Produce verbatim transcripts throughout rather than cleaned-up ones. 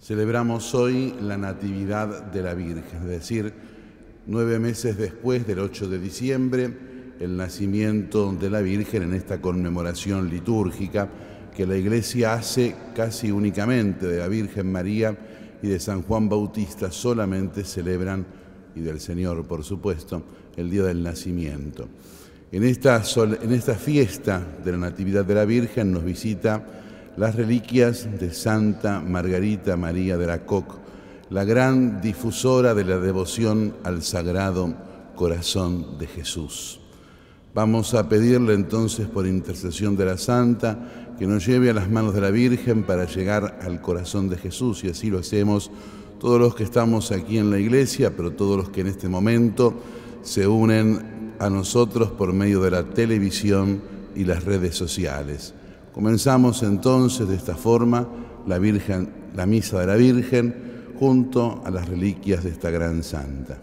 Celebramos hoy la Natividad de la Virgen, es decir, nueve meses después del ocho de diciembre, el nacimiento de la Virgen en esta conmemoración litúrgica que la Iglesia hace casi únicamente de la Virgen María y de San Juan Bautista, solamente celebran, y del Señor por supuesto, el día del nacimiento. En esta, en esta fiesta de la Natividad de la Virgen nos visita las reliquias de Santa Margarita María de Alacoque, la gran difusora de la devoción al Sagrado Corazón de Jesús. Vamos a pedirle entonces por intercesión de la Santa que nos lleve a las manos de la Virgen para llegar al corazón de Jesús, y así lo hacemos todos los que estamos aquí en la iglesia, pero todos los que en este momento se unen a nosotros por medio de la televisión y las redes sociales. Comenzamos entonces de esta forma la, Virgen, la Misa de la Virgen junto a las reliquias de esta gran santa.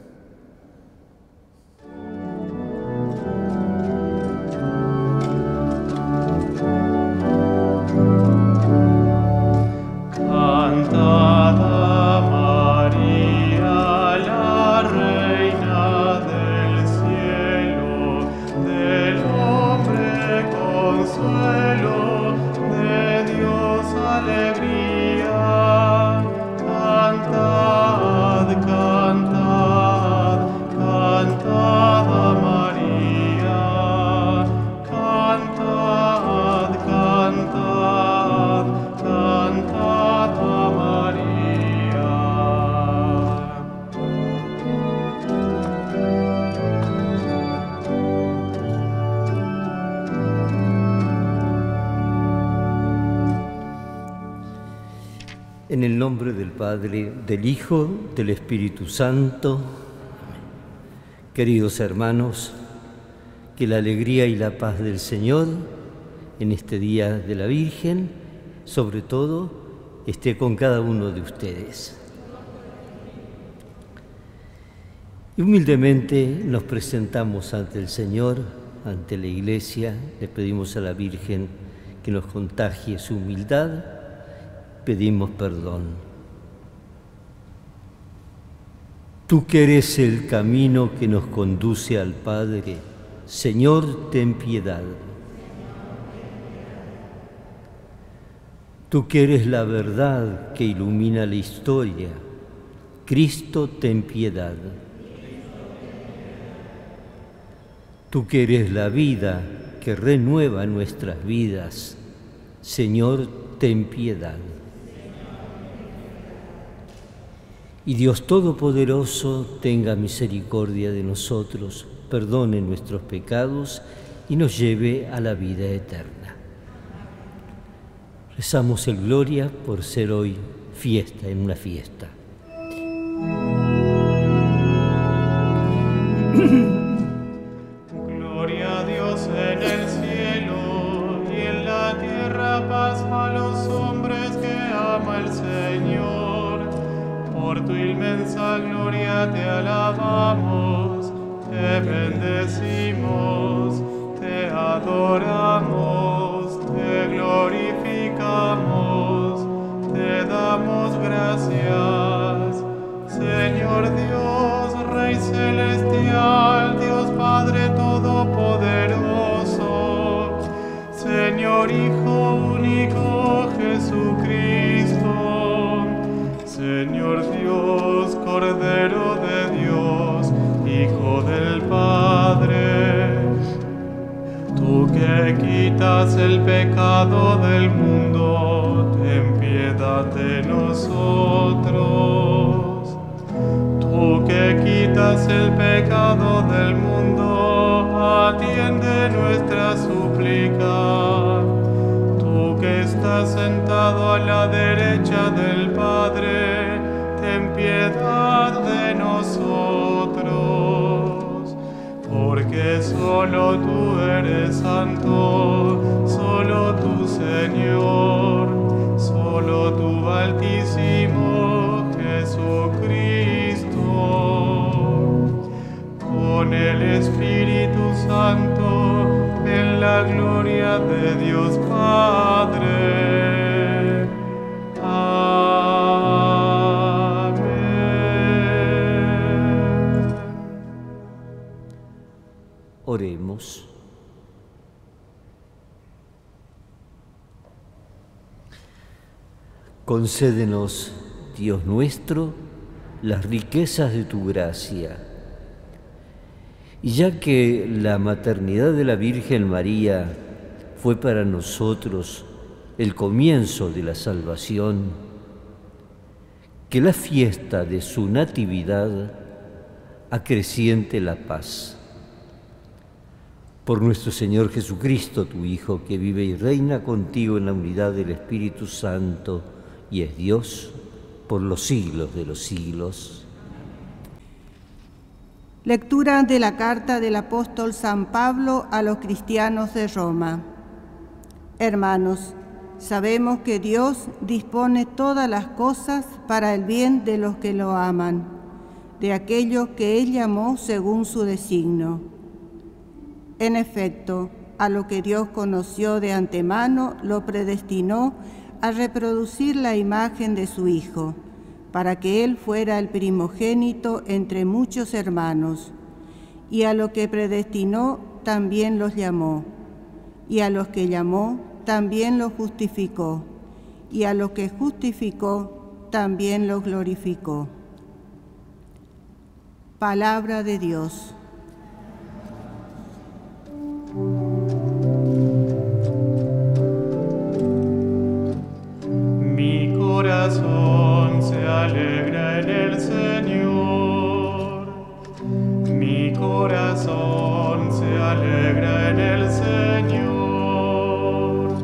En el nombre del Padre, del Hijo, del Espíritu Santo. Queridos hermanos, que la alegría y la paz del Señor en este día de la Virgen, sobre todo, esté con cada uno de ustedes. Y humildemente nos presentamos ante el Señor, ante la Iglesia, le pedimos a la Virgen que nos contagie su humildad. Pedimos perdón. Tú que eres el camino que nos conduce al Padre, Señor, ten piedad. Tú que eres la verdad que ilumina la historia, Cristo, ten piedad. Tú que eres la vida que renueva nuestras vidas, Señor, ten piedad. Y Dios Todopoderoso tenga misericordia de nosotros, perdone nuestros pecados y nos lleve a la vida eterna. Rezamos el Gloria por ser hoy fiesta, en una fiesta. Gloria a Dios en el cielo y en la tierra paz a los hombres que ama el Señor. Por tu inmensa gloria te alabamos, te bendecimos, te adoramos, te glorificamos, te damos gracias. Señor Dios, Rey celestial, Dios Padre todopoderoso, Señor Hijo único Jesucristo, Señor Dios, Cordero de Dios, Hijo del Padre, tú que quitas el pecado del mundo, ten piedad de nosotros. Tú que quitas el pecado del mundo, atiende nuestra súplica. Tú que estás sentado a la derecha del Padre, ten piedad de nosotros. Porque solo tú eres santo, solo tú, Señor, solo tú, Altísimo Jesucristo. Con el Espíritu Santo, en la gloria de Dios Padre. Amén. Oremos. Concédenos, Dios nuestro, las riquezas de tu gracia. Y ya que la maternidad de la Virgen María fue para nosotros el comienzo de la salvación, que la fiesta de su natividad acreciente la paz. Por nuestro Señor Jesucristo, tu Hijo, que vive y reina contigo en la unidad del Espíritu Santo y es Dios por los siglos de los siglos. Lectura de la carta del apóstol San Pablo a los cristianos de Roma. Hermanos, sabemos que Dios dispone todas las cosas para el bien de los que lo aman, de aquellos que Él llamó según su designio. En efecto, a lo que Dios conoció de antemano, lo predestinó a reproducir la imagen de su Hijo, para que Él fuera el primogénito entre muchos hermanos. Y a lo que predestinó, también los llamó. Y a los que llamó, también los justificó. Y a los que justificó, también los glorificó. Palabra de Dios. Mi corazón se alegra en el Señor. Mi corazón se alegra en el Señor.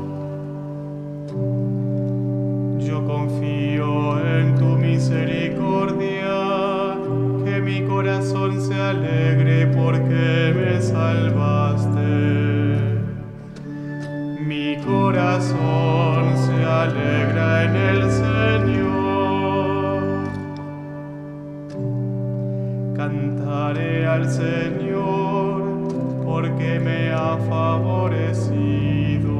Yo confío en tu misericordia, que mi corazón se alegre porque me salvaste. Mi corazón se alegra en el Señor. Cantaré al Señor porque me ha favorecido.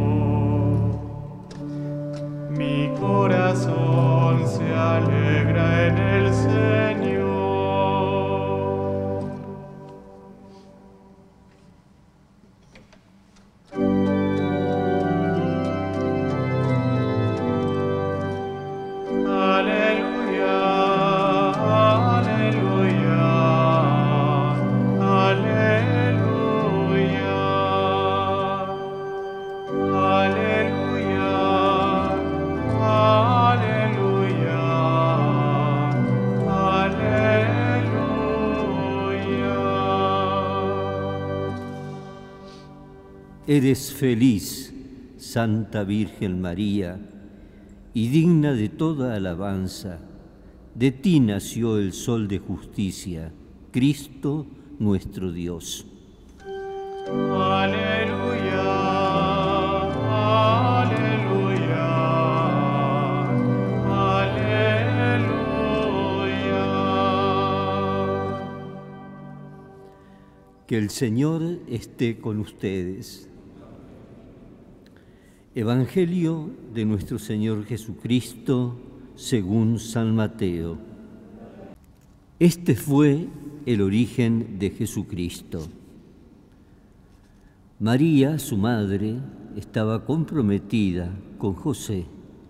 Mi corazón se alegra en el Señor. Eres feliz, Santa Virgen María, y digna de toda alabanza. De ti nació el Sol de justicia, Cristo nuestro Dios. Aleluya, aleluya, aleluya. Que el Señor esté con ustedes. Evangelio de nuestro Señor Jesucristo según San Mateo. Este fue el origen de Jesucristo. María, su madre, estaba comprometida con José.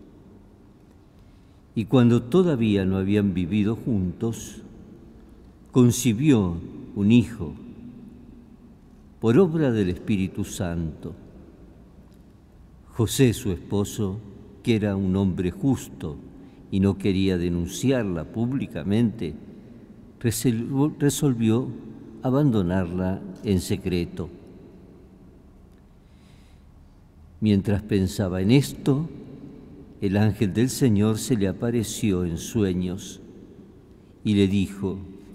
Y cuando todavía no habían vivido juntos, concibió un hijo por obra del Espíritu Santo. José, su esposo, que era un hombre justo y no quería denunciarla públicamente, resolvió abandonarla en secreto. Mientras pensaba en esto, el ángel del Señor se le apareció en sueños y le dijo: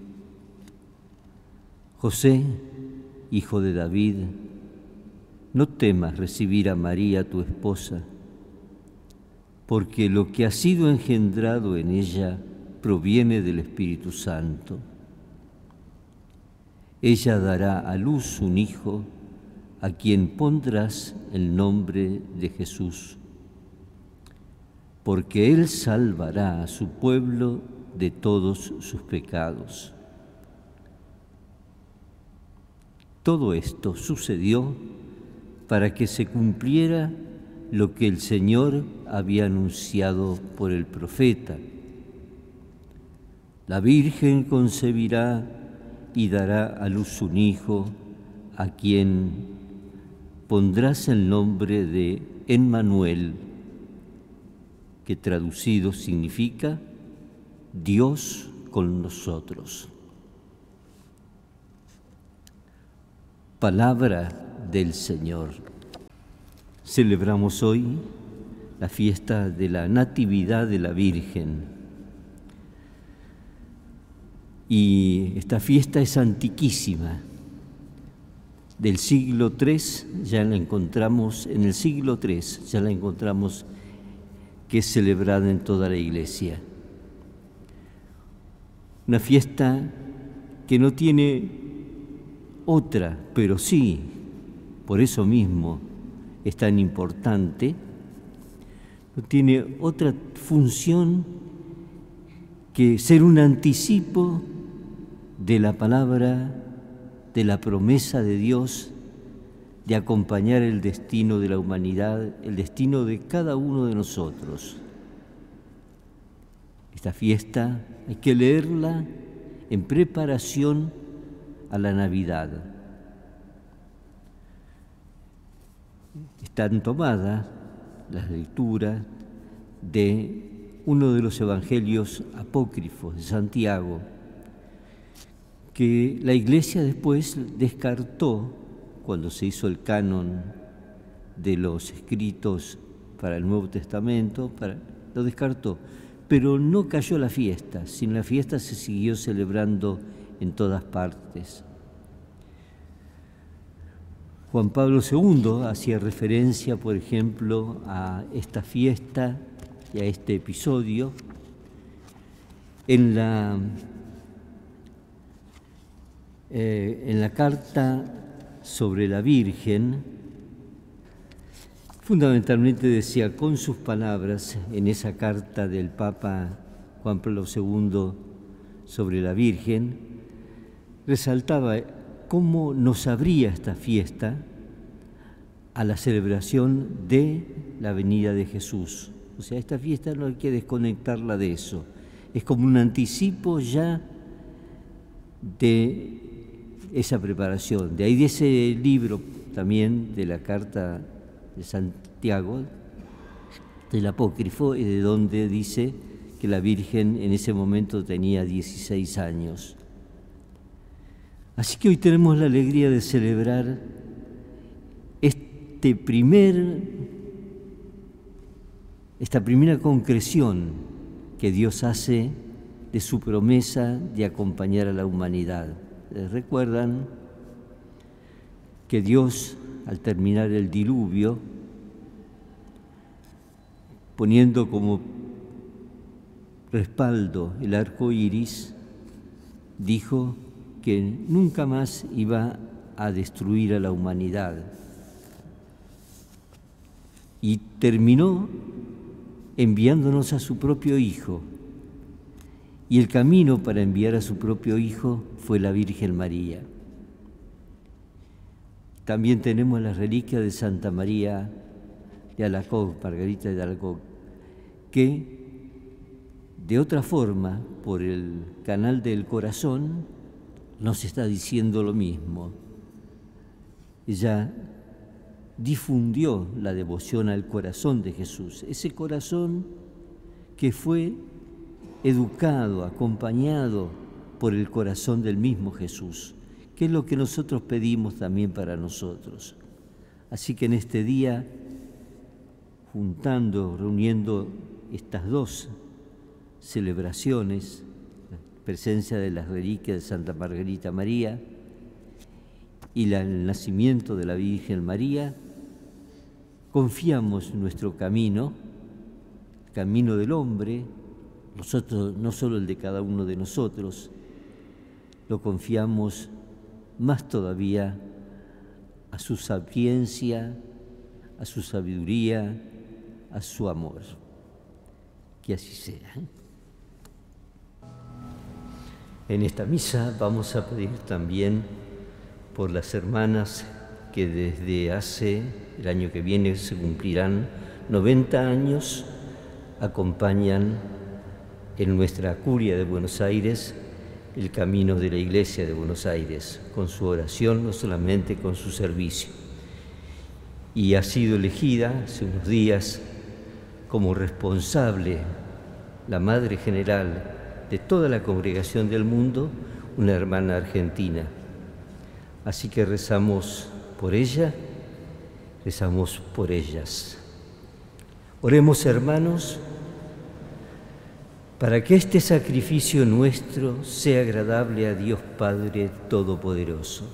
José, hijo de David, no temas recibir a María, tu esposa, porque lo que ha sido engendrado en ella proviene del Espíritu Santo. Ella dará a luz un hijo, a quien pondrás el nombre de Jesús, porque Él salvará a su pueblo de todos sus pecados. Todo esto sucedió para que se cumpliera lo que el Señor había anunciado por el profeta. La Virgen concebirá y dará a luz un hijo, a quien pondrás el nombre de Emmanuel, que traducido significa Dios con nosotros. Palabra del Señor. Celebramos hoy la fiesta de la Natividad de la Virgen. Y esta fiesta es antiquísima. Del siglo tres ya la encontramos, en el siglo tres ya la encontramos que es celebrada en toda la Iglesia. Una fiesta que no tiene otra, pero sí, por eso mismo es tan importante, no tiene otra función que ser un anticipo de la palabra, de la promesa de Dios, de acompañar el destino de la humanidad, el destino de cada uno de nosotros. Esta fiesta hay que leerla en preparación a la Navidad. Están tomadas las lecturas de uno de los evangelios apócrifos de Santiago, que la Iglesia después descartó cuando se hizo el canon de los escritos para el Nuevo Testamento, para, lo descartó, pero no cayó la fiesta, sino la fiesta se siguió celebrando en todas partes. Juan Pablo segundo hacía referencia, por ejemplo, a esta fiesta y a este episodio en la, eh, en la carta sobre la Virgen. Fundamentalmente decía con sus palabras en esa carta del Papa Juan Pablo segundo sobre la Virgen, resaltaba cómo nos abría esta fiesta a la celebración de la venida de Jesús. O sea, esta fiesta no hay que desconectarla de eso. Es como un anticipo ya de esa preparación. De ahí de ese libro también de la carta de Santiago, del apócrifo, y de donde dice que la Virgen en ese momento tenía dieciséis años. Así que hoy tenemos la alegría de celebrar este primer, esta primera concreción que Dios hace de su promesa de acompañar a la humanidad. ¿Recuerdan que Dios, al terminar el diluvio, poniendo como respaldo el arco iris, dijo que nunca más iba a destruir a la humanidad? Y terminó enviándonos a su propio Hijo. Y el camino para enviar a su propio Hijo fue la Virgen María. También tenemos la reliquia de Santa María de Alacoque, Margarita de Alacoque, que de otra forma, por el canal del corazón, nos está diciendo lo mismo. Ella difundió la devoción al corazón de Jesús, ese corazón que fue educado, acompañado por el corazón del mismo Jesús, que es lo que nosotros pedimos también para nosotros. Así que en este día, juntando, reuniendo estas dos celebraciones, la presencia de las reliquias de Santa Margarita María y la, el nacimiento de la Virgen María, confiamos nuestro camino, el camino del hombre, nosotros, no solo el de cada uno de nosotros, lo confiamos más todavía a su sapiencia, a su sabiduría, a su amor. Que así sea. En esta misa vamos a pedir también por las hermanas que desde hace, el año que viene se cumplirán noventa años, acompañan en nuestra curia de Buenos Aires el camino de la Iglesia de Buenos Aires, con su oración, no solamente con su servicio. Y ha sido elegida hace unos días como responsable, la Madre General de toda la congregación del mundo, una hermana argentina. Así que rezamos por ella, rezamos por ellas. Oremos, hermanos, para que este sacrificio nuestro sea agradable a Dios Padre Todopoderoso.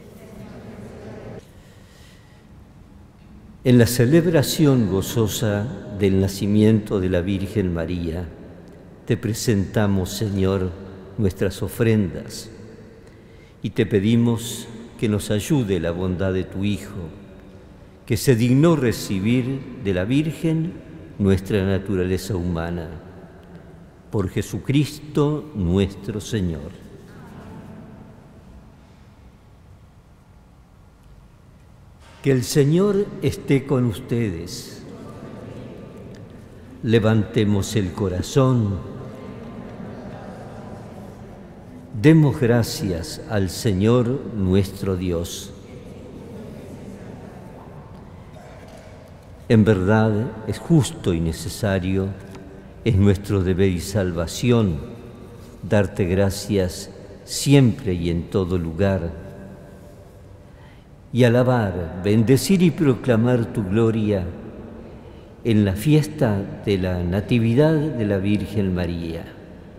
En la celebración gozosa del nacimiento de la Virgen María, te presentamos, Señor, nuestras ofrendas y te pedimos que nos ayude la bondad de tu Hijo, que se dignó recibir de la Virgen nuestra naturaleza humana. Por Jesucristo nuestro Señor. Que el Señor esté con ustedes. Levantemos el corazón. Demos gracias al Señor nuestro Dios. En verdad es justo y necesario, es nuestro deber y salvación darte gracias siempre y en todo lugar, y alabar, bendecir y proclamar tu gloria en la fiesta de la Natividad de la Virgen María.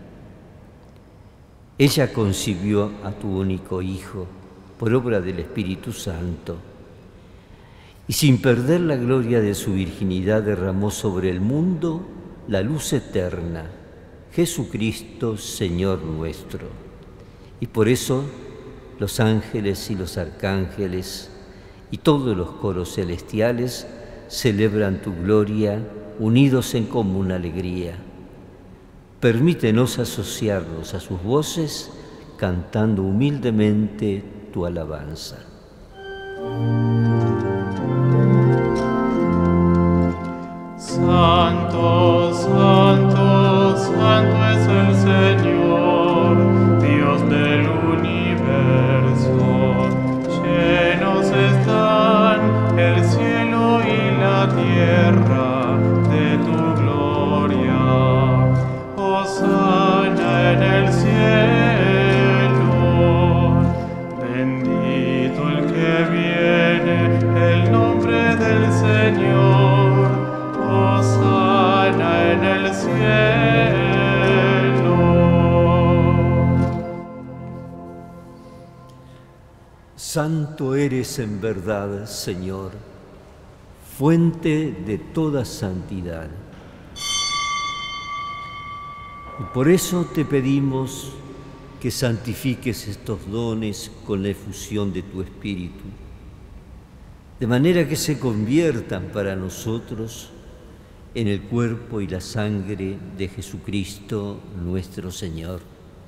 Ella concibió a tu único Hijo por obra del Espíritu Santo, y sin perder la gloria de su virginidad derramó sobre el mundo la luz eterna, Jesucristo, Señor nuestro. Y por eso los ángeles y los arcángeles y todos los coros celestiales celebran tu gloria unidos en común alegría. Permítenos asociarnos a sus voces cantando humildemente tu alabanza. Santo, santo, santo es el Señor, Dios del universo. Llenos están el cielo y la tierra de tu gloria. Hosana en el cielo, bendito el que viene, el nombre del Señor. Hosana en el cielo. Santo eres en verdad, Señor, fuente de toda santidad. Y por eso te pedimos que santifiques estos dones con la efusión de tu Espíritu, de manera que se conviertan para nosotros en el cuerpo y la sangre de Jesucristo nuestro Señor.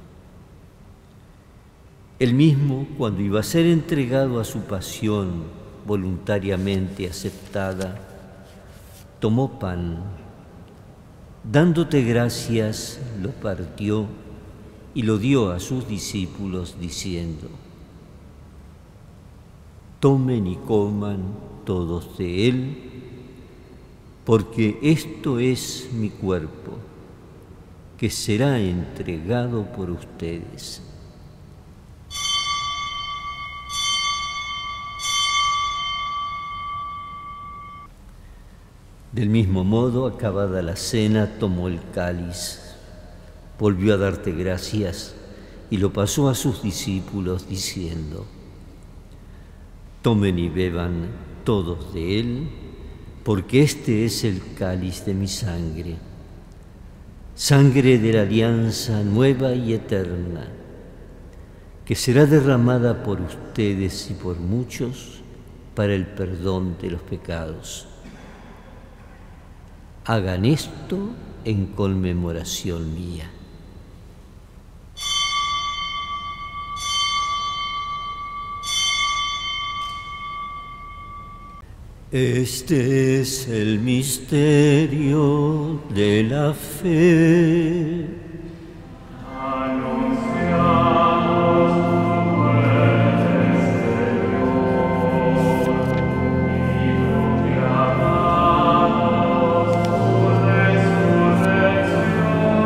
Él mismo, cuando iba a ser entregado a su pasión voluntariamente aceptada, tomó pan, dándote gracias, lo partió y lo dio a sus discípulos diciendo: tomen y coman todos de él, porque esto es mi cuerpo, que será entregado por ustedes. Del mismo modo, acabada la cena, tomó el cáliz, volvió a darte gracias y lo pasó a sus discípulos diciendo: tomen y beban todos de él, porque este es el cáliz de mi sangre, sangre de la alianza nueva y eterna, que será derramada por ustedes y por muchos para el perdón de los pecados. Hagan esto en conmemoración mía. Este es el misterio de la fe. Anunciamos tu muerte, Señor, y proclamamos tu resurrección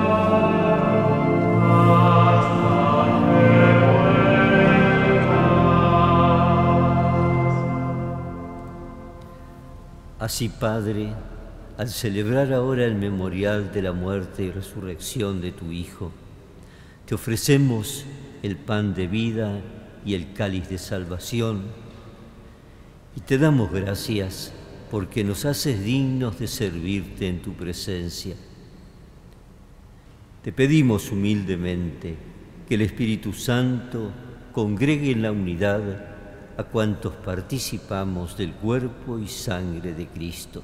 hasta que vuelvas. Así, Padre, al celebrar ahora el memorial de la muerte y resurrección de tu Hijo, te ofrecemos el pan de vida y el cáliz de salvación, y te damos gracias porque nos haces dignos de servirte en tu presencia. Te pedimos humildemente que el Espíritu Santo congregue en la unidad a cuantos participamos del cuerpo y sangre de Cristo.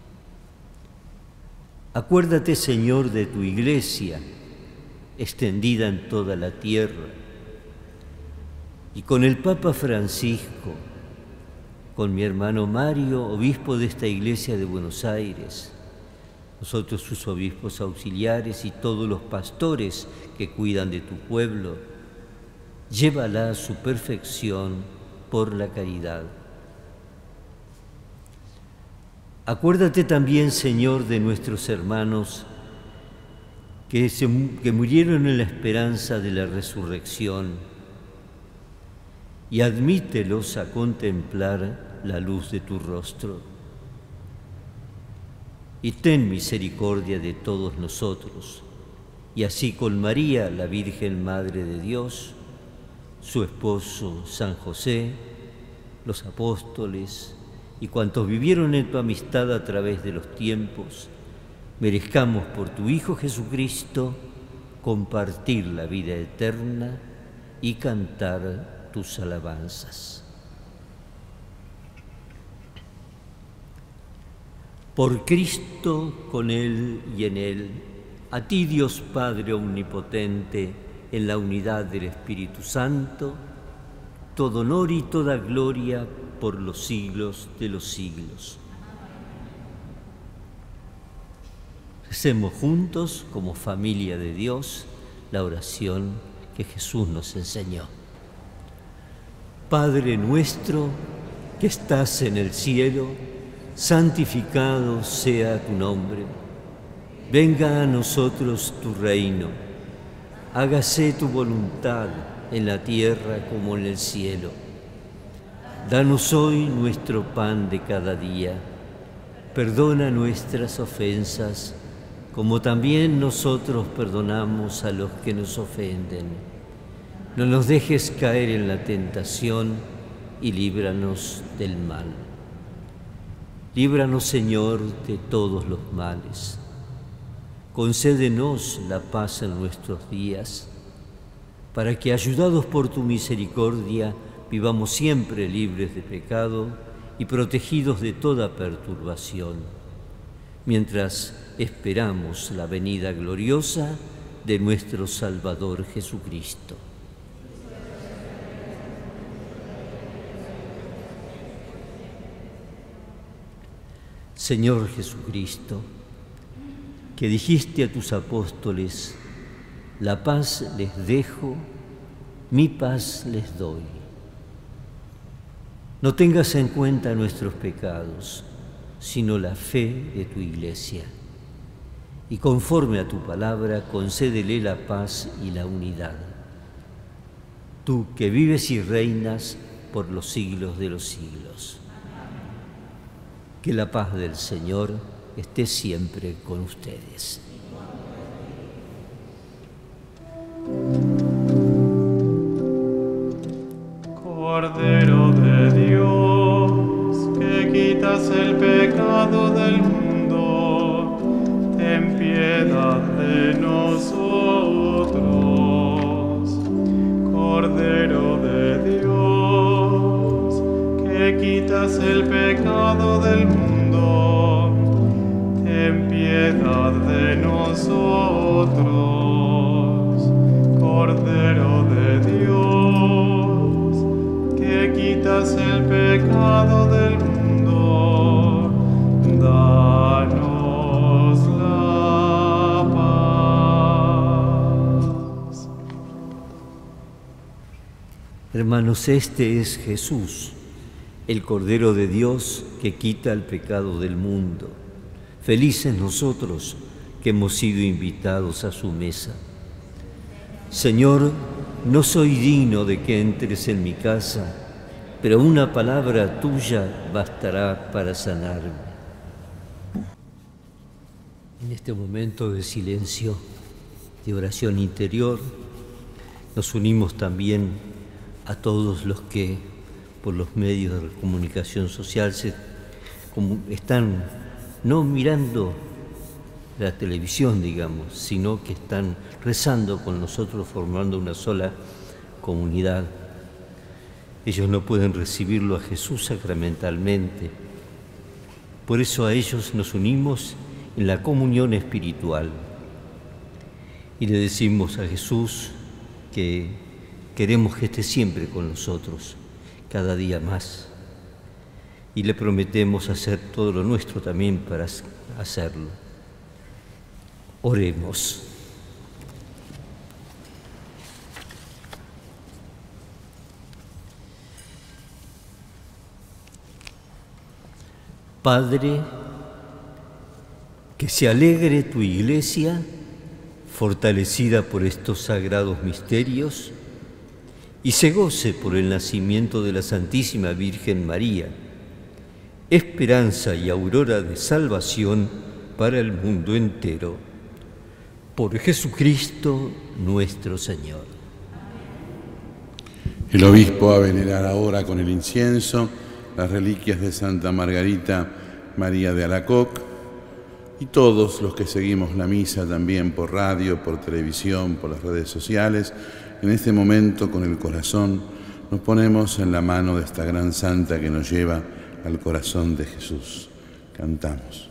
Acuérdate, Señor, de tu Iglesia, extendida en toda la tierra, y con el Papa Francisco, con mi hermano Mario, obispo de esta Iglesia de Buenos Aires, nosotros sus obispos auxiliares y todos los pastores que cuidan de tu pueblo, llévala a su perfección por la caridad. Acuérdate también, Señor, de nuestros hermanos que, se, que murieron en la esperanza de la resurrección, y admítelos a contemplar la luz de tu rostro. Y ten misericordia de todos nosotros, y así con María, la Virgen Madre de Dios, su esposo San José, los apóstoles y cuantos vivieron en tu amistad a través de los tiempos, merezcamos por tu Hijo Jesucristo compartir la vida eterna y cantar tus alabanzas. Por Cristo, con Él y en Él, a ti, Dios Padre omnipotente, en la unidad del Espíritu Santo, todo honor y toda gloria por los siglos de los siglos. Recemos juntos, como familia de Dios, la oración que Jesús nos enseñó. Padre nuestro, que estás en el cielo, santificado sea tu nombre. Venga a nosotros tu reino. Hágase tu voluntad en la tierra como en el cielo. Danos hoy nuestro pan de cada día. Perdona nuestras ofensas, como también nosotros perdonamos a los que nos ofenden. No nos dejes caer en la tentación y líbranos del mal. Líbranos, Señor, de todos los males. Concédenos la paz en nuestros días, para que, ayudados por tu misericordia, vivamos siempre libres de pecado y protegidos de toda perturbación, mientras esperamos la venida gloriosa de nuestro Salvador Jesucristo. Señor Jesucristo, que dijiste a tus apóstoles: la paz les dejo, mi paz les doy. No tengas en cuenta nuestros pecados, sino la fe de tu Iglesia. Y conforme a tu palabra, concédele la paz y la unidad. Tú que vives y reinas por los siglos de los siglos. Que la paz del Señor esté siempre con ustedes. Cordero de Dios, que quitas el pecado del mundo, ten piedad de nosotros. Cordero de Dios, que quitas el pecado del mundo, ten piedad de nosotros. Cordero de Dios, que quitas el pecado del mundo, danos la paz. Hermanos, este es Jesús, el Cordero de Dios que quita el pecado del mundo. Felices nosotros que hemos sido invitados a su mesa. Señor, no soy digno de que entres en mi casa, pero una palabra tuya bastará para sanarme. En este momento de silencio, de oración interior, nos unimos también a todos los que por los medios de comunicación social se, como, están no mirando la televisión, digamos, sino que están rezando con nosotros, formando una sola comunidad. Ellos no pueden recibirlo a Jesús sacramentalmente. Por eso a ellos nos unimos en la comunión espiritual y le decimos a Jesús que queremos que esté siempre con nosotros, cada día más, y le prometemos hacer todo lo nuestro también para hacerlo. Oremos. Padre, que se alegre tu Iglesia, fortalecida por estos sagrados misterios, y se goce por el nacimiento de la Santísima Virgen María, esperanza y aurora de salvación para el mundo entero. Por Jesucristo nuestro Señor. El obispo va a venerar ahora con el incienso las reliquias de Santa Margarita María de Alacoc, y todos los que seguimos la misa también por radio, por televisión, por las redes sociales, en este momento con el corazón nos ponemos en la mano de esta gran santa que nos lleva al corazón de Jesús. Cantamos.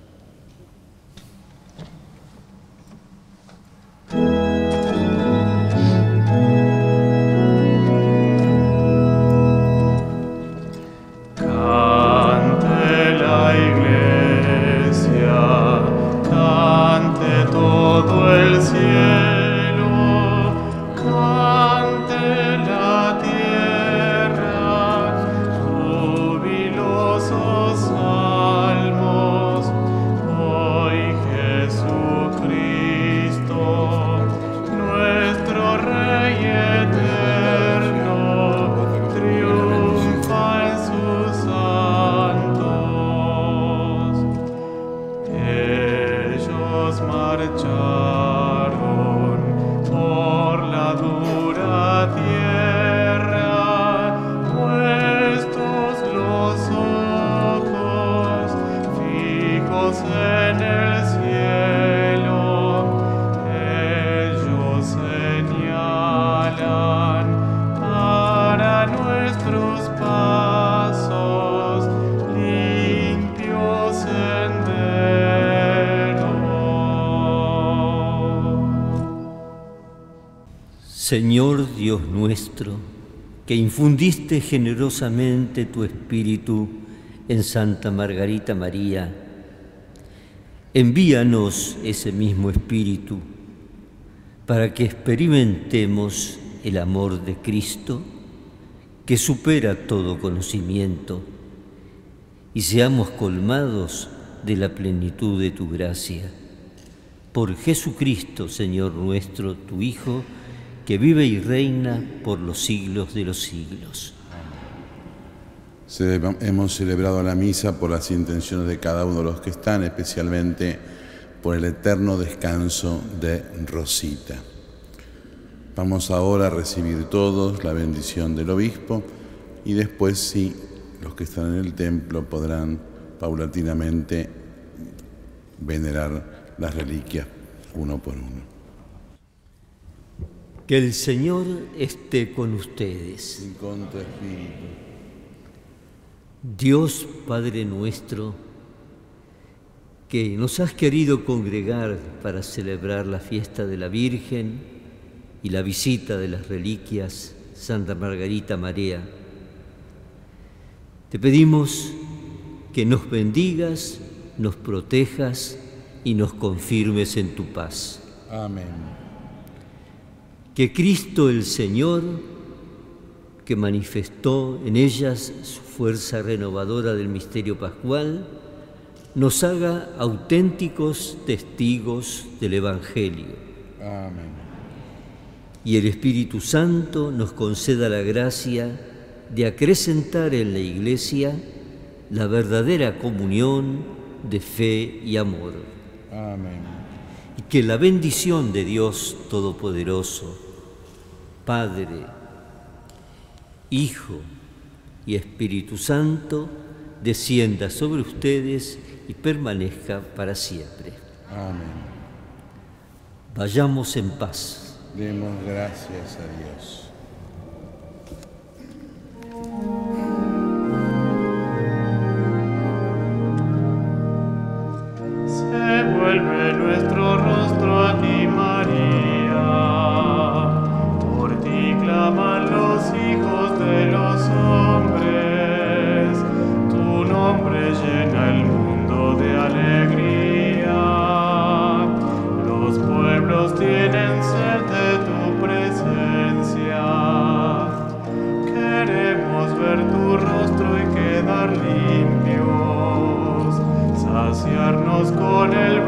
Señor Dios nuestro, que infundiste generosamente tu Espíritu en Santa Margarita María, envíanos ese mismo Espíritu para que experimentemos el amor de Cristo, que supera todo conocimiento, y seamos colmados de la plenitud de tu gracia. Por Jesucristo, Señor nuestro, tu Hijo, que vive y reina por los siglos de los siglos. Hemos celebrado la misa por las intenciones de cada uno de los que están, especialmente por el eterno descanso de Rosita. Vamos ahora a recibir todos la bendición del obispo y después, sí, los que están en el templo podrán paulatinamente venerar las reliquias uno por uno. Que el Señor esté con ustedes. Y con tu espíritu. Dios Padre nuestro, que nos has querido congregar para celebrar la fiesta de la Virgen y la visita de las reliquias Santa Margarita María, te pedimos que nos bendigas nos protejas y nos confirmes en tu paz. Amén. Que Cristo el Señor, que manifestó en ellas su fuerza renovadora del misterio pascual, nos haga auténticos testigos del Evangelio. Amén. Y el Espíritu Santo nos conceda la gracia de acrecentar en la Iglesia la verdadera comunión de fe y amor. Amén. Y que la bendición de Dios Todopoderoso, Padre, Hijo y Espíritu Santo, descienda sobre ustedes y permanezca para siempre. Amén. Vayamos en paz. Demos gracias a Dios. Se vuelve nuestro rostro a ti, María. Por ti claman los hijos de los hombres. Tu nombre llena el mundo de alegría. Los pueblos tienen sed de tu presencia. Queremos ver tu rostro y quedar limpios, saciarnos con el